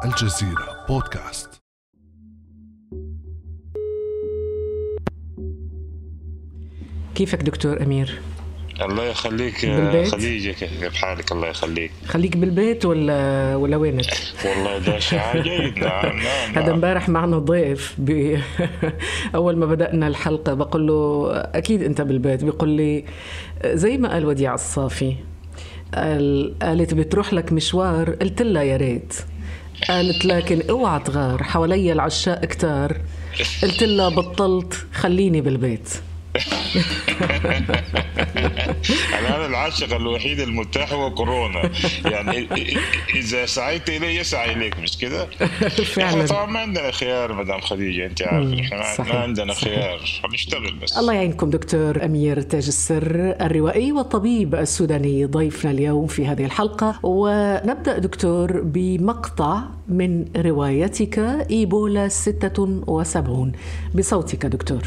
الجزيرة بودكاست. كيفك دكتور أمير؟ الله يخليك بالبيت؟ خديجة، كيف حالك؟ الله يخليك. خليك بالبيت ولا وينك؟ والله ده شيء جيد. نعم. هذا امبارح معنا ضيف أول ما بدأنا الحلقة بقول له أكيد أنت بالبيت، بيقول لي زي ما قال وديع الصافي، قالت بتروح لك مشوار، قلت لها يا ريت، قالت لكن اوعى تغار حوالي العشاء كتار، قلت لها بطلت خليني بالبيت. أنا العاشق الوحيد المتاح هو كورونا، يعني إذا سعيت إليه يسعى إليك، مش كده؟ فعلا طبعا ما عندنا خيار مدام خديجة، أنت عارف إحنا ما عندنا خيار، هنشتغل بس. الله يعينكم. دكتور أمير تاج السر الروائي والطبيب السوداني ضيفنا اليوم في هذه الحلقة، ونبدأ دكتور بمقطع من روايتك إيبولا 76 بصوتك دكتور.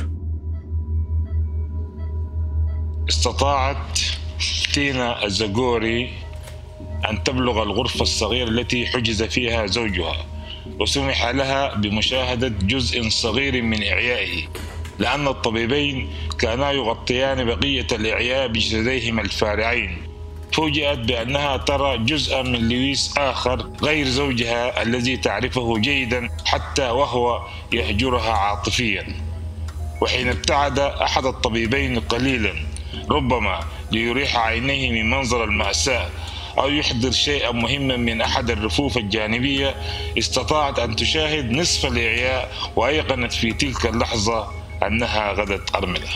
استطاعت تينا الزغوري أن تبلغ الغرفة الصغيرة التي حجز فيها زوجها، وسمح لها بمشاهدة جزء صغير من إعيائه، لأن الطبيبين كانا يغطيان بقية الإعياء بجسديهما الفارعين. فوجئت بأنها ترى جزءا من لويس آخر غير زوجها الذي تعرفه جيدا حتى وهو يهجرها عاطفيا. وحين ابتعد أحد الطبيبين قليلا، ربما ليريح عينيه من منظر المأساة أو يحضر شيئا مهما من أحد الرفوف الجانبية، استطاعت أن تشاهد نصف الإعياء، وأيقنت في تلك اللحظة أنها غدت أرملة.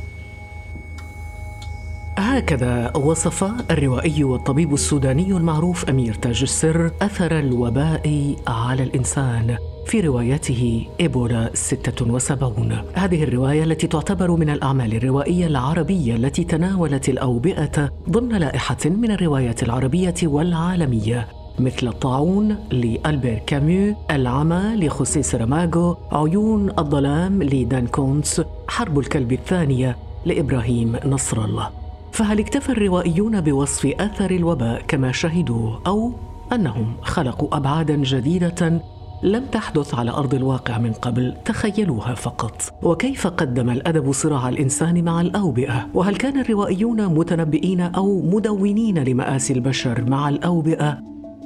هكذا وصف الروائي والطبيب السوداني المعروف أمير تاج السر أثر الوباء على الإنسان في روايته إيبولا 76. هذه الرواية التي تعتبر من الأعمال الروائية العربية التي تناولت الأوبئة ضمن لائحة من الروايات العربية والعالمية، مثل الطاعون لألبير كاميو، العمى لخوسيه ساراماغو، عيون الظلام لدان كونتس، حرب الكلب الثانية لإبراهيم نصر الله. فهل اكتفى الروائيون بوصف أثر الوباء كما شهدوا، أو أنهم خلقوا أبعاداً جديدة لم تحدث على أرض الواقع من قبل تخيلوها فقط؟ وكيف قدم الأدب صراع الإنسان مع الأوبئة؟ وهل كان الروائيون متنبئين أو مدونين لمآسي البشر مع الأوبئة؟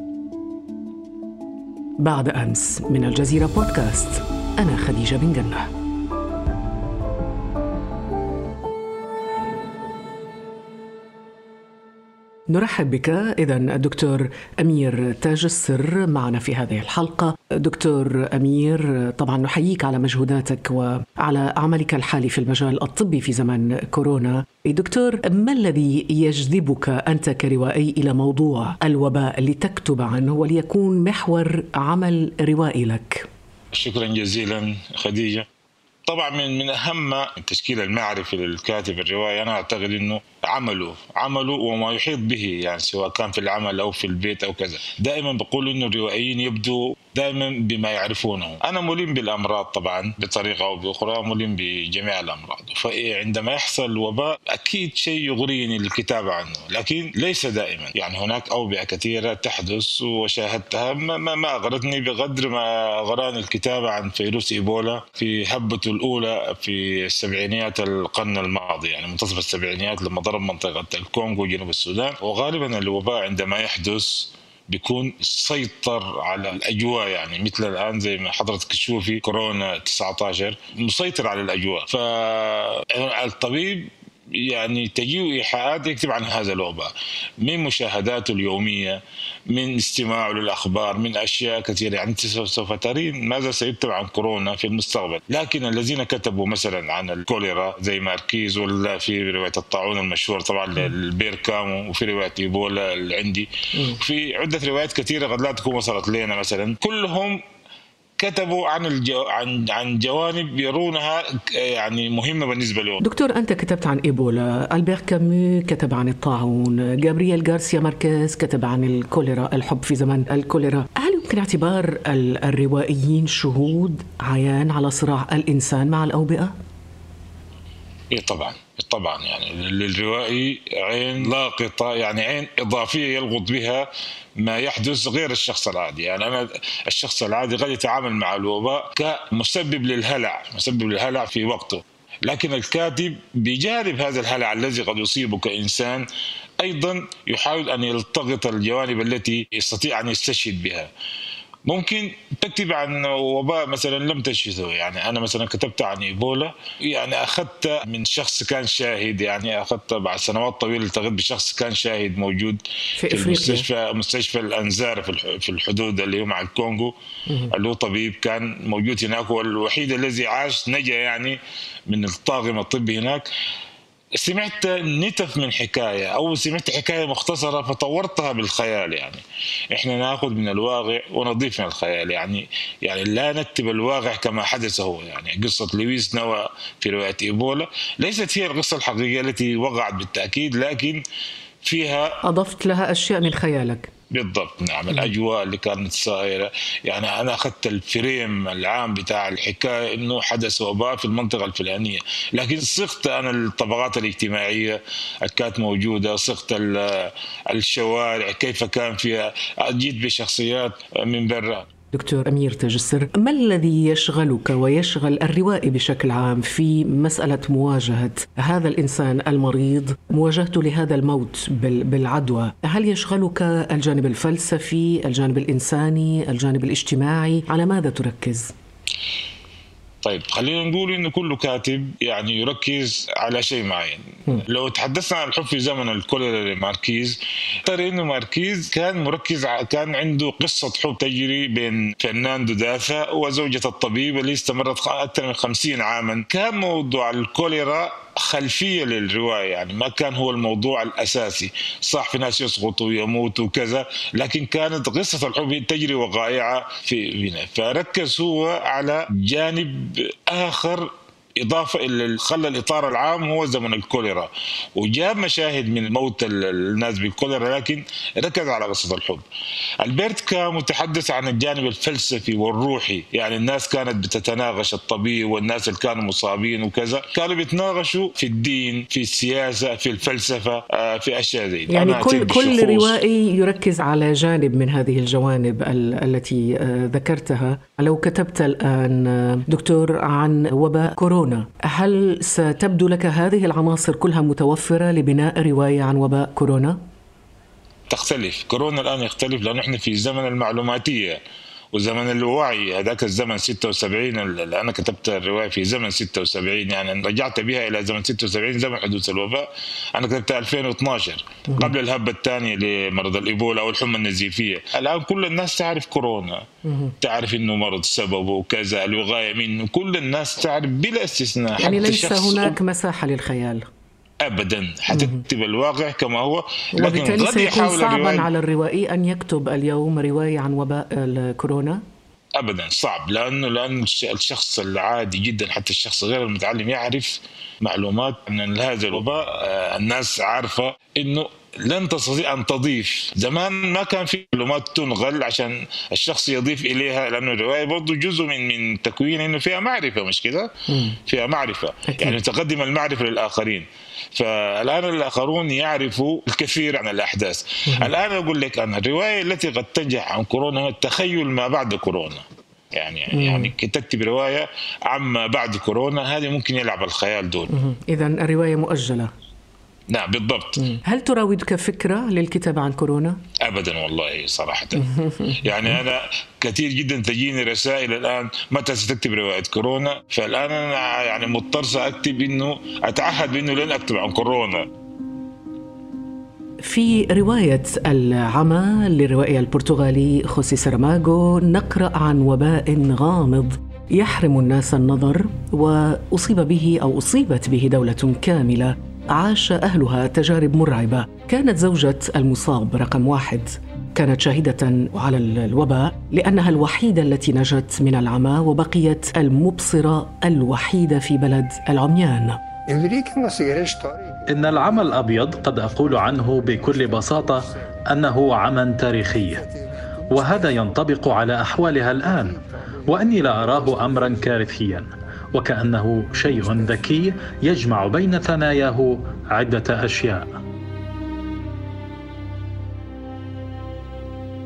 بعد أمس من الجزيرة بودكاست، أنا خديجة بن جنة. نرحب بك إذن الدكتور أمير تاج السر معنا في هذه الحلقة. دكتور أمير، طبعا نحييك على مجهوداتك وعلى عملك الحالي في المجال الطبي في زمن كورونا. دكتور، ما الذي يجذبك أنت كروائي إلى موضوع الوباء لتكتب عنه وليكون محور عمل روائي لك؟ شكرا جزيلا خديجة. طبعا من أهم التشكيل المعرفي للكاتب الرواية، أنا أعتقد أنه عمله وما يحيط به، يعني سواء كان في العمل أو في البيت أو كذا. دائما بقول أنه الروائيين يبدو دائما بما يعرفونه. أنا ملم بالأمراض طبعا بطريقة أو بأخرى، ملم بجميع الأمراض، فعندما يحصل وباء أكيد شيء يغريني للكتابة عنه، لكن ليس دائما. يعني هناك أوبئة كثيرة تحدث وشاهدتها ما أغرتني بقدر ما غراني الكتابة عن فيروس إيبولا في هبته الأولى في السبعينيات القرن الماضي، يعني منتصف السبعينيات لما ضرب منطقة الكونغو جنوب السودان. وغالبا الوباء عندما يحدث بيكون سيطر على الأجواء، يعني مثل الآن زي ما حضرتك تشوفي كورونا 19 مسيطر على الأجواء. فالطبيب يعني تجيه إيحاءات يكتب عن هذا الوباء من مشاهداته اليومية، من استماعه للأخبار، من أشياء كثيرة. يعني سوف ترين ماذا سيكتب عن كورونا في المستقبل. لكن الذين كتبوا مثلا عن الكوليرا زي ماركيز، ولا في رواية الطاعون المشهور طبعا للبير كامو، وفي رواية إيبولا اللي عندي، في عدة روايات كثيرة قد لا تكون وصلت لنا مثلا، كلهم كتبوا عن جوانب يرونها يعني مهمة بالنسبة لهم. دكتور، أنت كتبت عن إيبولا، ألبير كامو كتب عن الطاعون، جابرييل غارسيا ماركيز كتب عن الكوليرا، الحب في زمن الكوليرا. هل يمكن اعتبار الروائيين شهود عيان على صراع الإنسان مع الأوبئة؟ إيه طبعا يعني للروائي عين لاقطة، يعني عين إضافية يلغط بها ما يحدث غير الشخص العادي. يعني أنا الشخص العادي قد يتعامل مع الوباء كمسبب للهلع في وقته، لكن الكاتب بجانب هذا الهلع الذي قد يصيبه كإنسان أيضا يحاول أن يلتقط الجوانب التي يستطيع أن يستشهد بها. ممكن تكتب عن وباء مثلا لم تشهده، يعني أنا مثلا كتبت عن إيبولا، يعني أخذت من شخص كان شاهد، يعني أخذت بعد سنوات طويلة التقيت بشخص كان شاهد موجود في المستشفى، مستشفى الأنزار في الحدود اللي هو مع الكونغو، اللي هو طبيب كان موجود هناك والوحيد الذي عاش نجا يعني من الطاقم الطبي هناك. سمعت نتف من حكاية أو سمعت حكاية مختصرة فطورتها بالخيال. يعني إحنا نأخذ من الواقع ونضيف من الخيال، يعني لا نكتب الواقع كما حدث هو. يعني قصة لويس نوا في رواية إيبولا ليست هي القصة الحقيقية التي وقعت بالتأكيد، لكن فيها أضفت لها أشياء من خيالك. بالضبط، نعم. الأجواء اللي كانت صايرة، يعني أنا أخذت الفريم العام بتاع الحكاية إنه حدث وباء في المنطقة الفلانية، لكن صغت أنا الطبقات الاجتماعية كانت موجودة، صغت الشوارع كيف كان فيها، جيت بشخصيات من برا. دكتور أمير تاج السر، ما الذي يشغلك ويشغل الروائي بشكل عام في مسألة مواجهة هذا الإنسان المريض، مواجهته لهذا الموت بالعدوى؟ هل يشغلك الجانب الفلسفي، الجانب الإنساني، الجانب الاجتماعي؟ على ماذا تركز؟ طيب خلينا نقول إنه كل كاتب يعني يركز على شيء معين. لو تحدثنا عن الحب في زمن الكوليرا لماركيز، ترى إنه ماركيز كان مركز، كان عنده قصة حب تجري بين فرناندو دافا وزوجة الطبيب اللي استمرت أكثر من 50 عاما. كان موضوع الكوليرا خلفية للرواية، يعني ما كان هو الموضوع الأساسي. صح في ناس يسقطوا ويموتوا وكذا، لكن كانت قصة الحب تجري وقائعة في هنا. فركز هو على جانب آخر إضافة إلى خلى الإطار العام هو زمن الكوليرا، وجاب مشاهد من موت الناس بالكوليرا، لكن ركز على قصة الحب. البرت كان متحدث عن الجانب الفلسفي والروحي، يعني الناس كانت بتتناقش، الطبيب والناس اللي كانوا مصابين وكذا كانوا بيتناقشوا في الدين، في السياسة، في الفلسفة، في أشياء زي يعني كل روائي يركز على جانب من هذه الجوانب التي ذكرتها. لو كتبت الآن دكتور عن وباء كورونا، هل ستبدو لك هذه العناصر كلها متوفرة لبناء رواية عن وباء كورونا؟ تختلف. كورونا الآن يختلف لأنه إحنا في زمن المعلوماتية وزمن الوعي. هذاك الزمن 76 اللي أنا كتبت الرواية في زمن 76، يعني رجعت بها إلى زمن 76 زمن حدوث الوباء. أنا كتبتها 2012 قبل الهبة الثانية لمرض الإيبولا أو الحمى النزيفية. الآن كل الناس تعرف كورونا، تعرف إنه مرض سببه كذا، الوقاية منه، كل الناس تعرف بلا استثناء. يعني ليس هناك مساحة للخيال أبداً، حتكتب الواقع كما هو. وبالتالي سيكون صعباً على الروائي أن يكتب اليوم رواية عن وباء الكورونا؟ أبداً صعب، لأن الشخص العادي جداً حتى الشخص غير المتعلم يعرف معلومات عن هذا الوباء. الناس عارفة إنه لن تستطيع أن تضيف. زمان ما كان في معلومات تنقل عشان الشخص يضيف إليها، لأنه الرواية برضو جزء من تكوين إنه فيها معرفة، مش كده؟ فيها معرفة أكيد. يعني تقدم المعرفة للآخرين. فالآن الآخرون يعرفوا الكثير عن الأحداث. الآن أقول لك أنا الرواية التي قد تنجح عن كورونا هو التخيل ما بعد كورونا. يعني تكتب رواية عما بعد كورونا، هذه ممكن يلعب الخيال دول. إذن الرواية مؤجلة. نعم بالضبط. هل تراودك فكرة للكتاب عن كورونا؟ أبدا والله صراحة. يعني أنا كثير جدا تجيني رسائل الآن متى ستكتب رواية كورونا، فالآن أنا يعني مضطر أكتب إنه أتعهد بإنه لن أكتب عن كورونا. في رواية العمى للروائي البرتغالي خوسي ساراماغو نقرأ عن وباء غامض يحرم الناس النظر، وأصيب به أو أصيبت به دولة كاملة عاش أهلها تجارب مرعبة. كانت زوجة المصاب رقم 1 كانت شاهدة على الوباء لأنها الوحيدة التي نجت من العمى، وبقيت المبصرة الوحيدة في بلد العميان. إن العمى الأبيض قد أقول عنه بكل بساطة أنه عمى تاريخي، وهذا ينطبق على أحوالها الآن، وأني لا أراه أمرا كارثيا، وكأنه شيء ذكي يجمع بين ثناياه عدة أشياء.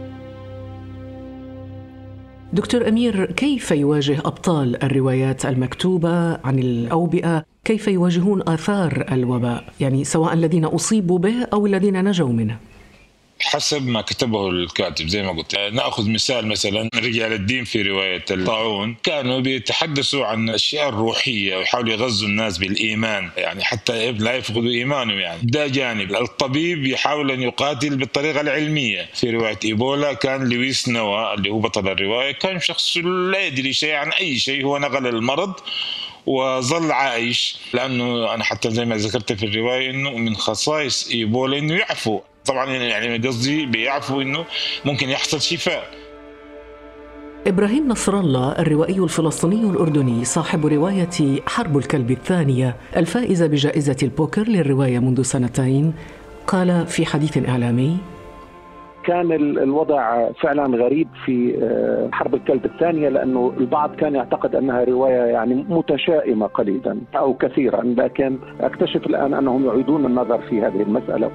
دكتور أمير، كيف يواجه أبطال الروايات المكتوبة عن الأوبئة، كيف يواجهون آثار الوباء، يعني سواء الذين أصيبوا به أو الذين نجوا منه؟ حسب ما كتبه الكاتب. زي ما قلت، نأخذ مثلا رجال الدين في رواية الطاعون كانوا بيتحدثوا عن أشياء روحية ويحاولوا يغذوا الناس بالإيمان، يعني حتى لا يفقدوا إيمانهم. يعني ده جانب. الطبيب يحاول أن يقاتل بالطريقة العلمية. في رواية إيبولا كان لويس نوا اللي هو بطل الرواية كان شخص لا يدري شيء عن أي شيء، هو نقل المرض وظل عايش. لأنه أنا حتى زي ما ذكرت في الرواية إنه من خصائص إيبولا إنه يعفو. طبعا يعني قصدي بيعرفوا انه ممكن يحصل شفاء. إبراهيم نصر الله الروائي الفلسطيني الأردني صاحب رواية حرب الكلب الثانية الفائزة بجائزة البوكر للرواية منذ 2 قال في حديث إعلامي: كان الوضع فعلا غريب في حرب الكلب الثانية، لأنه البعض كان يعتقد أنها رواية يعني متشائمة قليلا أو كثيرا، لكن أكتشف الآن أنهم يعيدون النظر في هذه المسألة.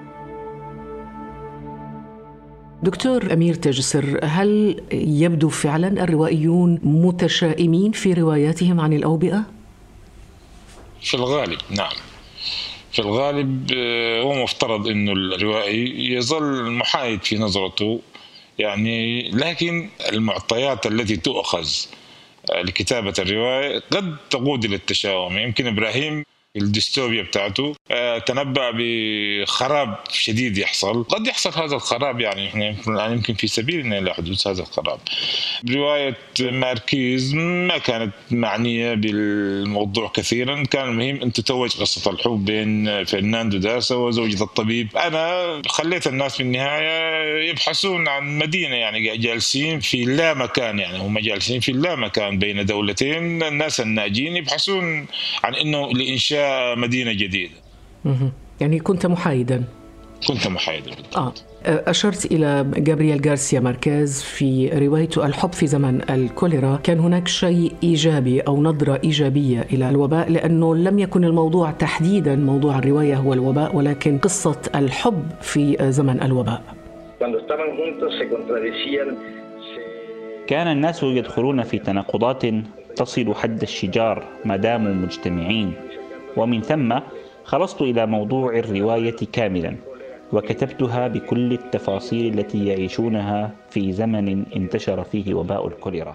دكتور أمير تاجسر، هل يبدو فعلا الروائيون متشائمين في رواياتهم عن الأوبئة؟ في الغالب نعم. في الغالب هو مفترض أنه الروائي يظل محايد في نظرته يعني، لكن المعطيات التي تؤخذ لكتابة الرواية قد تقود إلى التشاؤم. يمكن إبراهيم الديستوبيا بتاعته تنبأ بخراب شديد يحصل، قد يحصل هذا الخراب يعني احنا يمكن في سبيلنا إلى حدوث هذا الخراب. رواية ماركيز ما كانت معنية بالموضوع كثيرا، كان المهم أن تتوج قصة الحب بين فرناندو داسا وزوجة الطبيب. أنا خليت الناس في النهاية يبحثون عن مدينة، يعني جالسين في لا مكان، يعني هم جالسين في لا مكان بين دولتين، الناس الناجين يبحثون عن أنه لإنشاء مدينة جديدة. يعني كنت محايدا. كنت محايدا. أشرت إلى جابرييل غارسيا ماركيز في روايته الحب في زمن الكوليرا، كان هناك شيء إيجابي أو نظرة إيجابية إلى الوباء، لأنه لم يكن الموضوع تحديدا موضوع الرواية هو الوباء، ولكن قصة الحب في زمن الوباء. كان الناس يدخلون في تناقضات تصل حد الشجار ما داموا مجتمعين، ومن ثم خلصت إلى موضوع الرواية كاملا وكتبتها بكل التفاصيل التي يعيشونها في زمن انتشر فيه وباء الكوليرا.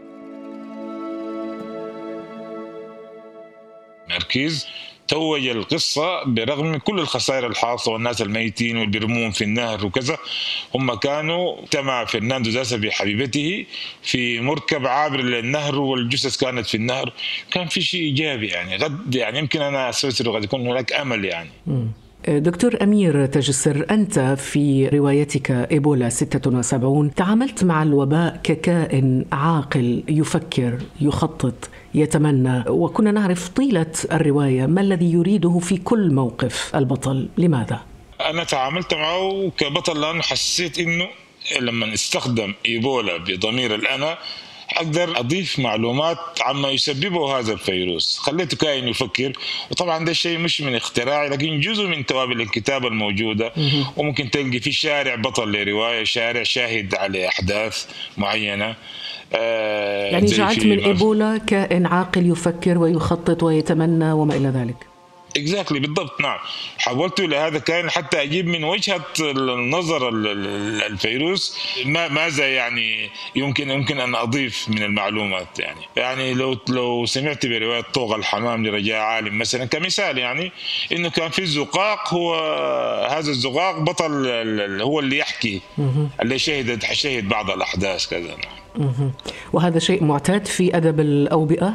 ماركيز توج القصة برغم كل الخسائر الحاصلة والناس الميتين والبرمون في النهر وكذا. هم كانوا اجتمع فرناندو داسا بحبيبته في مركب عابر للنهر والجثث كانت في النهر. كان في شيء إيجابي يعني، قد يعني يمكن أنا أستفسر قد يكون هناك أمل يعني. دكتور أمير تاجسر، أنت في روايتك إيبولا 76 تعاملت مع الوباء ككائن عاقل يفكر، يخطط، يتمنى، وكنا نعرف طيلة الرواية ما الذي يريده في كل موقف البطل. لماذا؟ أنا تعاملت معه كبطل لأنه حسيت إنه لما استخدم إيبولا بضمير الأنا أقدر أضيف معلومات عما يسببه هذا الفيروس. خليته كائن يفكر، وطبعا ده الشيء مش من اختراعي لكن جزء من توابل الكتابة الموجودة. وممكن تلقي في شارع بطل لرواية، شارع شاهد على أحداث معينة. يعني جعلت من إيبولا كائن عاقل يفكر ويخطط ويتمنى وما إلى ذلك. exactly بالضبط نعم. حولت لهذا كائن حتى أجيب من وجهة النظر الفيروس ماذا يعني يمكن أن أضيف من المعلومات. يعني لو سمعت برواية طوغ الحمام لرجاء عالم مثلا كمثال، يعني إنه كان في زقاق، هو هذا الزقاق بطل هو اللي يحكي، اللي شهد بعض الأحداث كذا. وهذا شيء معتاد في أدب الأوبئة؟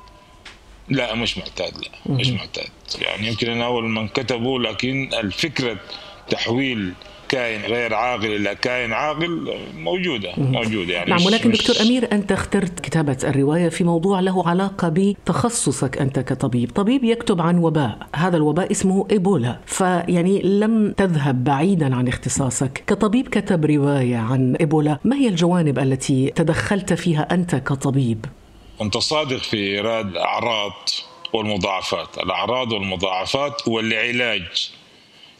لا مش معتاد، لا مش معتاد. يعني يمكن أنا أول من كتبه، لكن الفكرة تحويل كائن غير عاقل إلى كائن عاقل موجودة يعني. نعم، ولكن دكتور أمير أنت اخترت كتابة الرواية في موضوع له علاقة بتخصصك أنت كطبيب، طبيب يكتب عن وباء، هذا الوباء اسمه إيبولا، فيعني لم تذهب بعيدا عن اختصاصك كطبيب كتب رواية عن إيبولا. ما هي الجوانب التي تدخلت فيها أنت كطبيب؟ كنت صادق في إيراد الأعراض والمضاعفات، الأعراض والمضاعفات والعلاج.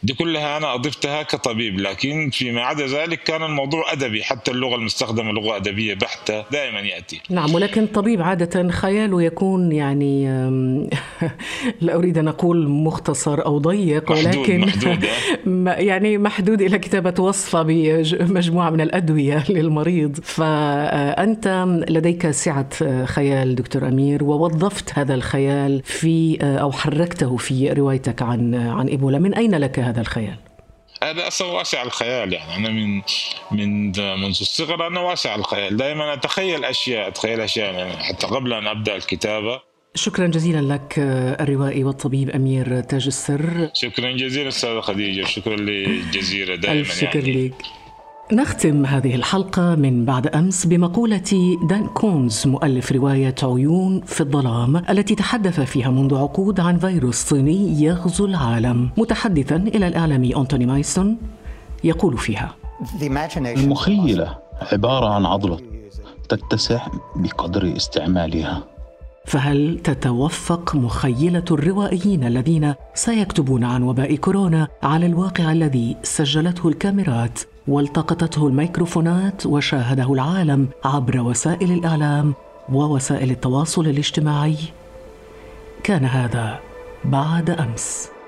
دي كلها أنا أضفتها كطبيب، لكن فيما عدا ذلك كان الموضوع أدبي، حتى اللغة المستخدمة لغة أدبية بحتة دائما يأتي. نعم، ولكن الطبيب عادة خياله يكون يعني لا أريد أن أقول مختصر أو ضيق، ولكن محدود يعني محدود إلى كتابة وصفة بمجموعة من الأدوية للمريض. فأنت لديك سعة خيال دكتور أمير، ووظفت هذا الخيال في أو حركته في روايتك عن إيبولا. من أين لك هذا الخيال؟ هذا أصلا واسع الخيال، يعني أنا منذ الصغر أنا واسع الخيال، دائما أتخيل أشياء يعني حتى قبل أن أبدأ الكتابة. شكرا جزيلا لك الروائي والطبيب أمير تاج السر. شكرا جزيلا أستاذة خديجة، شكرا للجزيرة دائما. الشكر يعني لك. نختم هذه الحلقة من بعد أمس بمقولة دان كونز مؤلف رواية عيون في الظلام، التي تحدث فيها منذ عقود عن فيروس صيني يغزو العالم، متحدثا إلى الإعلامي أنتوني مايسون يقول فيها: المخيلة عبارة عن عضلة تتسع بقدر استعمالها. فهل تتوفق مخيلة الروائيين الذين سيكتبون عن وباء كورونا على الواقع الذي سجلته الكاميرات والتقطته الميكروفونات وشاهده العالم عبر وسائل الإعلام ووسائل التواصل الاجتماعي؟ كان هذا بعد أمس.